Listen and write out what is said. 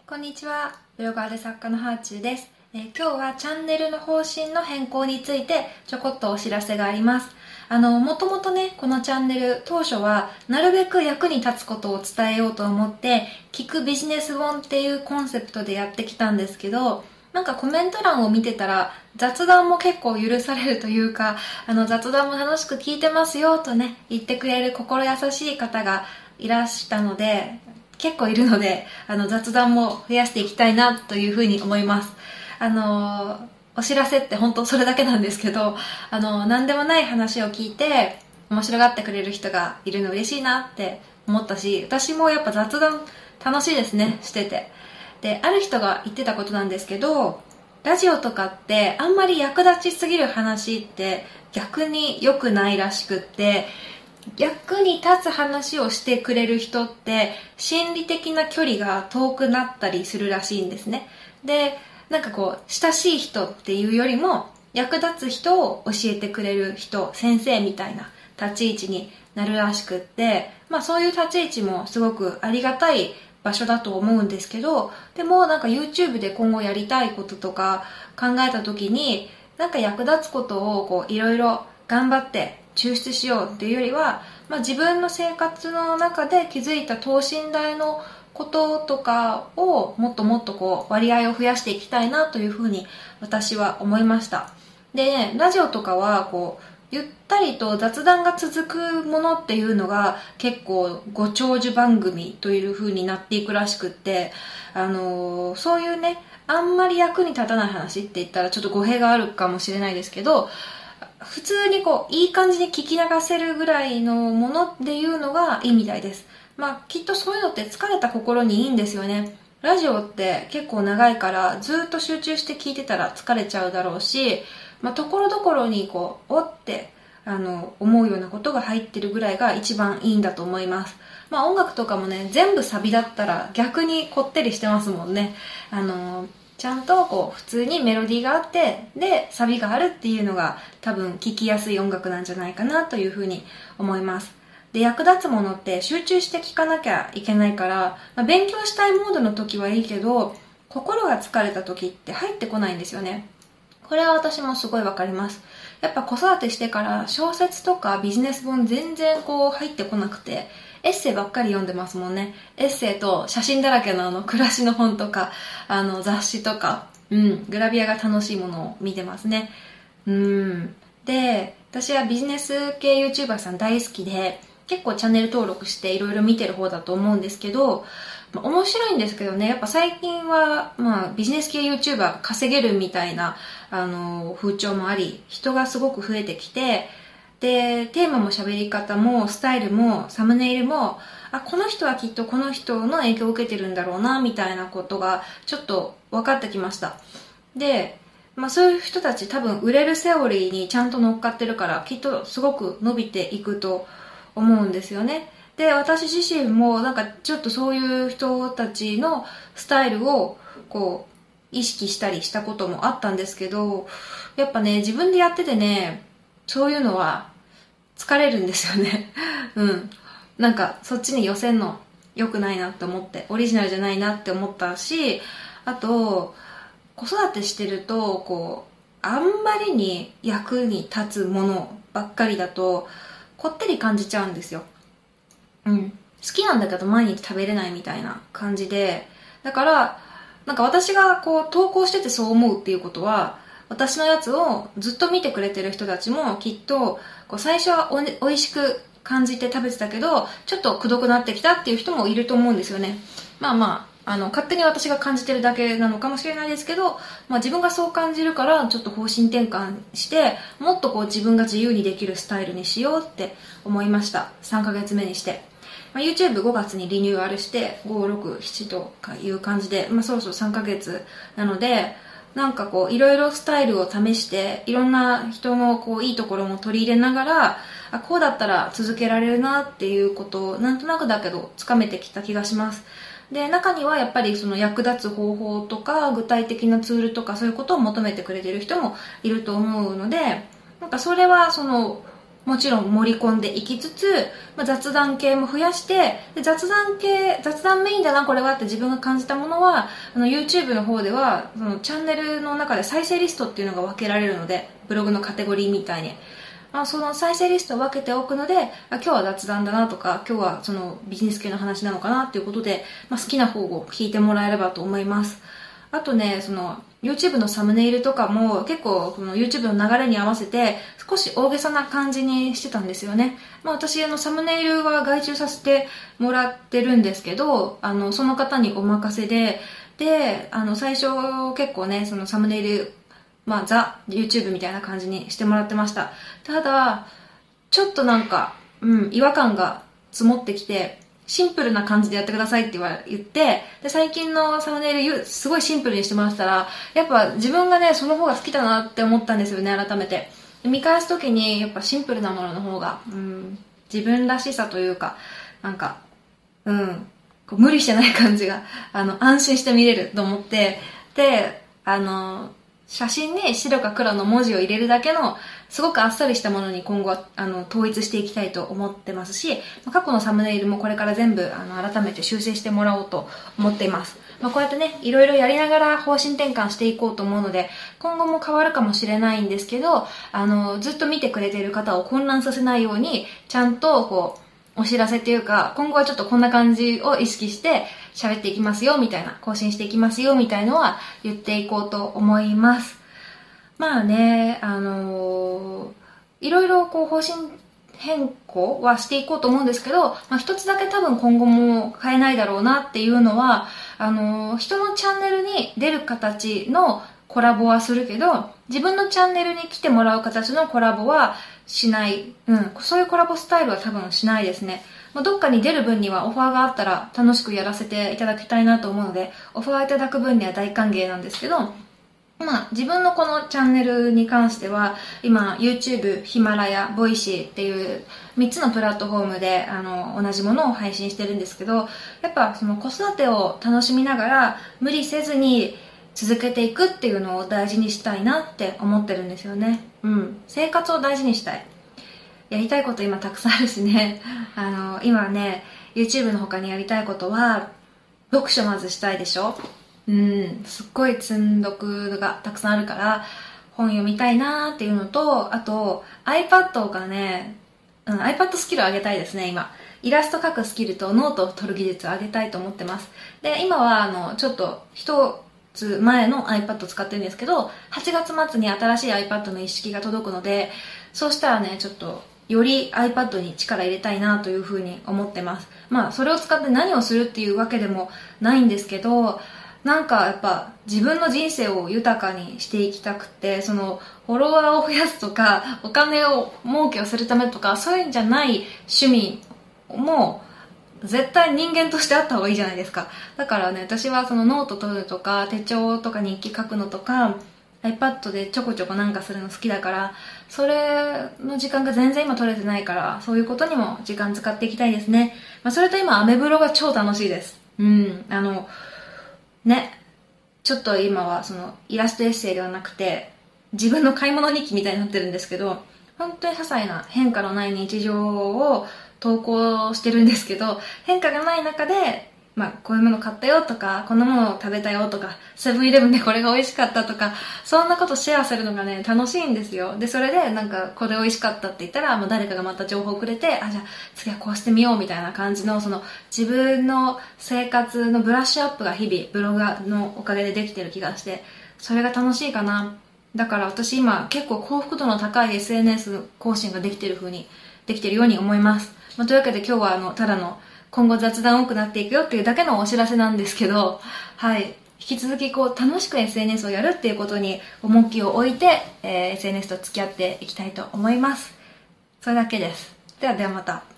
こんにちは。ブロガーで作家のハーチューです。今日はチャンネルの方針の変更についてちょこっとお知らせがあります。もともとね、このチャンネル当初はなるべく役に立つことを伝えようと思って聞くビジネス本っていうコンセプトでやってきたんですけど、なんかコメント欄を見てたら雑談も結構許されるというか、雑談も楽しく聞いてますよとね、言ってくれる心優しい方がいらしたので、結構いるので、雑談も増やしていきたいなというふうに思います。お知らせって本当それだけなんですけど、何でもない話を聞いて面白がってくれる人がいるの嬉しいなって思ったし、私もやっぱ雑談楽しいですね、してて。で、ある人が言ってたことなんですけど、ラジオとかってあんまり役立ちすぎる話って逆に良くないらしくって、役に立つ話をしてくれる人って心理的な距離が遠くなったりするらしいんですね。で、なんかこう親しい人っていうよりも役立つ人を教えてくれる人、先生みたいな立ち位置になるらしくって、そういう立ち位置もすごくありがたい場所だと思うんですけど、でもなんか YouTube で今後やりたいこととか考えた時に、なんか役立つことをこういろいろ頑張って抽出しようっていうよりは、自分の生活の中で気づいた等身大のこととかをもっともっとこう割合を増やしていきたいなというふうに私は思いました。で、ラジオとかはこうゆったりと雑談が続くものっていうのが結構ご長寿番組という風になっていくらしくって、そういうね、あんまり役に立たない話って言ったらちょっと語弊があるかもしれないですけど、普通にこういい感じに聞き流せるぐらいのものっていうのがいいみたいです。きっとそういうのって疲れた心にいいんですよね。ラジオって結構長いからずっと集中して聞いてたら疲れちゃうだろうし、ところどころにこうおって思うようなことが入ってるぐらいが一番いいんだと思います。音楽とかもね、全部サビだったら逆にこってりしてますもんね。ちゃんとこう普通にメロディーがあってでサビがあるっていうのが多分聴きやすい音楽なんじゃないかなというふうに思います。で、役立つものって集中して聴かなきゃいけないから、勉強したいモードの時はいいけど心が疲れた時って入ってこないんですよね。これは私もすごいわかります。やっぱ子育てしてから小説とかビジネス本全然こう入ってこなくて、エッセイばっかり読んでますもんね。エッセイと写真だらけの暮らしの本とか、雑誌とか、グラビアが楽しいものを見てますね。で、私はビジネス系 YouTuber さん大好きで、結構チャンネル登録していろいろ見てる方だと思うんですけど、面白いんですけどね、やっぱ最近は、ビジネス系 YouTuber が稼げるみたいな、風潮もあり、人がすごく増えてきて、で、テーマも喋り方も、スタイルも、サムネイルも、この人はきっとこの人の影響を受けてるんだろうな、みたいなことが、ちょっと分かってきました。で、そういう人たち多分売れるセオリーにちゃんと乗っかってるから、きっとすごく伸びていくと思うんですよね。で、私自身もなんかちょっとそういう人たちのスタイルをこう意識したりしたこともあったんですけど、やっぱね、自分でやっててね、そういうのは疲れるんですよね。なんかそっちに寄せんの良くないなって思って、オリジナルじゃないなって思ったし、あと子育てしてるとこうあんまりに役に立つものばっかりだとこってり感じちゃうんですよ。好きなんだけど毎日食べれないみたいな感じで、だからなんか私がこう投稿しててそう思うっていうことは、私のやつをずっと見てくれてる人たちもきっとこう最初はおいしく感じて食べてたけどちょっとくどくなってきたっていう人もいると思うんですよね。勝手に私が感じてるだけなのかもしれないですけど、自分がそう感じるからちょっと方針転換してもっとこう自分が自由にできるスタイルにしようって思いました。3ヶ月目にして、YouTube5 月にリニューアルして5、6、7とかいう感じで、そろそろ3ヶ月なので、なんかこういろいろスタイルを試していろんな人のこういいところも取り入れながら、こうだったら続けられるなっていうことをなんとなくだけどつかめてきた気がします。で、中にはやっぱりその役立つ方法とか具体的なツールとかそういうことを求めてくれてる人もいると思うので、なんかそれはそのもちろん盛り込んでいきつつ、雑談系も増やして、で雑談メインだなこれはって自分が感じたものはYouTube の方ではそのチャンネルの中で再生リストっていうのが分けられるので、ブログのカテゴリーみたいに、その再生リストを分けておくので、今日は雑談だなとか、今日はそのビジネス系の話なのかなっていうことで、好きな方を聞いてもらえればと思います。あとね、その YouTube のサムネイルとかも結構この YouTube の流れに合わせて少し大げさな感じにしてたんですよね。私サムネイルは外注させてもらってるんですけど、その方にお任せで、最初結構ね、そのサムネイルザ YouTube みたいな感じにしてもらってました。ただちょっとなんか、違和感が積もってきて、シンプルな感じでやってくださいって言って、で最近のサムネイルすごいシンプルにしてもらったら、やっぱ自分がねその方が好きだなって思ったんですよね。改めて見返す時にやっぱシンプルなものの方が、自分らしさというか、なんかこう無理してない感じが安心して見れると思って、で写真に白か黒の文字を入れるだけのすごくあっさりしたものに今後は統一していきたいと思ってますし、過去のサムネイルもこれから全部改めて修正してもらおうと思っています。こうやってねいろいろやりながら方針転換していこうと思うので、今後も変わるかもしれないんですけど、ずっと見てくれている方を混乱させないようにちゃんとこうお知らせっていうか、今後はちょっとこんな感じを意識して喋っていきますよみたいな、更新していきますよみたいのは言っていこうと思います。いろいろこう方針変更はしていこうと思うんですけど、一つだけ多分今後も変えないだろうなっていうのは、人のチャンネルに出る形のコラボはするけど、自分のチャンネルに来てもらう形のコラボはしない。そういうコラボスタイルは多分しないですね。どっかに出る分にはオファーがあったら楽しくやらせていただきたいなと思うので、オファーいただく分には大歓迎なんですけど、自分のこのチャンネルに関しては今 YouTube、ヒマラヤ、ボイシーっていう3つのプラットフォームで同じものを配信してるんですけど、やっぱその子育てを楽しみながら無理せずに続けていくっていうのを大事にしたいなって思ってるんですよね。生活を大事にしたい。やりたいこと今たくさんあるしね。今ね YouTube の他にやりたいことは読書まずしたいでしょ。すっごい積んどくがたくさんあるから本読みたいなっていうのと、あと iPad がね、iPad スキルを上げたいですね。今イラスト描くスキルとノートを取る技術を上げたいと思ってます。で今はちょっと一つ前の iPad 使ってるんですけど、8月末に新しい iPad の一式が届くので、そうしたらねちょっとより iPad に力入れたいなというふうに思ってます。それを使って何をするっていうわけでもないんですけど、なんかやっぱ自分の人生を豊かにしていきたくて、そのフォロワーを増やすとかお金を儲けをするためとかそういうんじゃない趣味も絶対人間としてあった方がいいじゃないですか。だからね、私はそのノート取るとか手帳とか日記書くのとか iPad でちょこちょこなんかするの好きだから、それの時間が全然今取れてないから、そういうことにも時間使っていきたいですね。それと今アメブロが超楽しいです。ちょっと今はそのイラストエッセイではなくて自分の買い物日記みたいになってるんですけど、本当に些細な変化のない日常を投稿してるんですけど、変化がない中でこういうもの買ったよとか、こんなものを食べたよとか、セブンイレブンでこれが美味しかったとか、そんなことシェアするのがね楽しいんですよ。でそれでなんかこれ美味しかったって言ったら誰かがまた情報をくれて、じゃあ次はこうしてみようみたいな感じの、その自分の生活のブラッシュアップが日々ブログのおかげでできてる気がして、それが楽しいかな。だから私今結構幸福度の高い SNS 更新ができてるように思います。というわけで今日はただの今後雑談多くなっていくよっていうだけのお知らせなんですけど、引き続きこう楽しく SNS をやるっていうことに重きを置いて、SNS と付き合っていきたいと思います。それだけです。ではまた。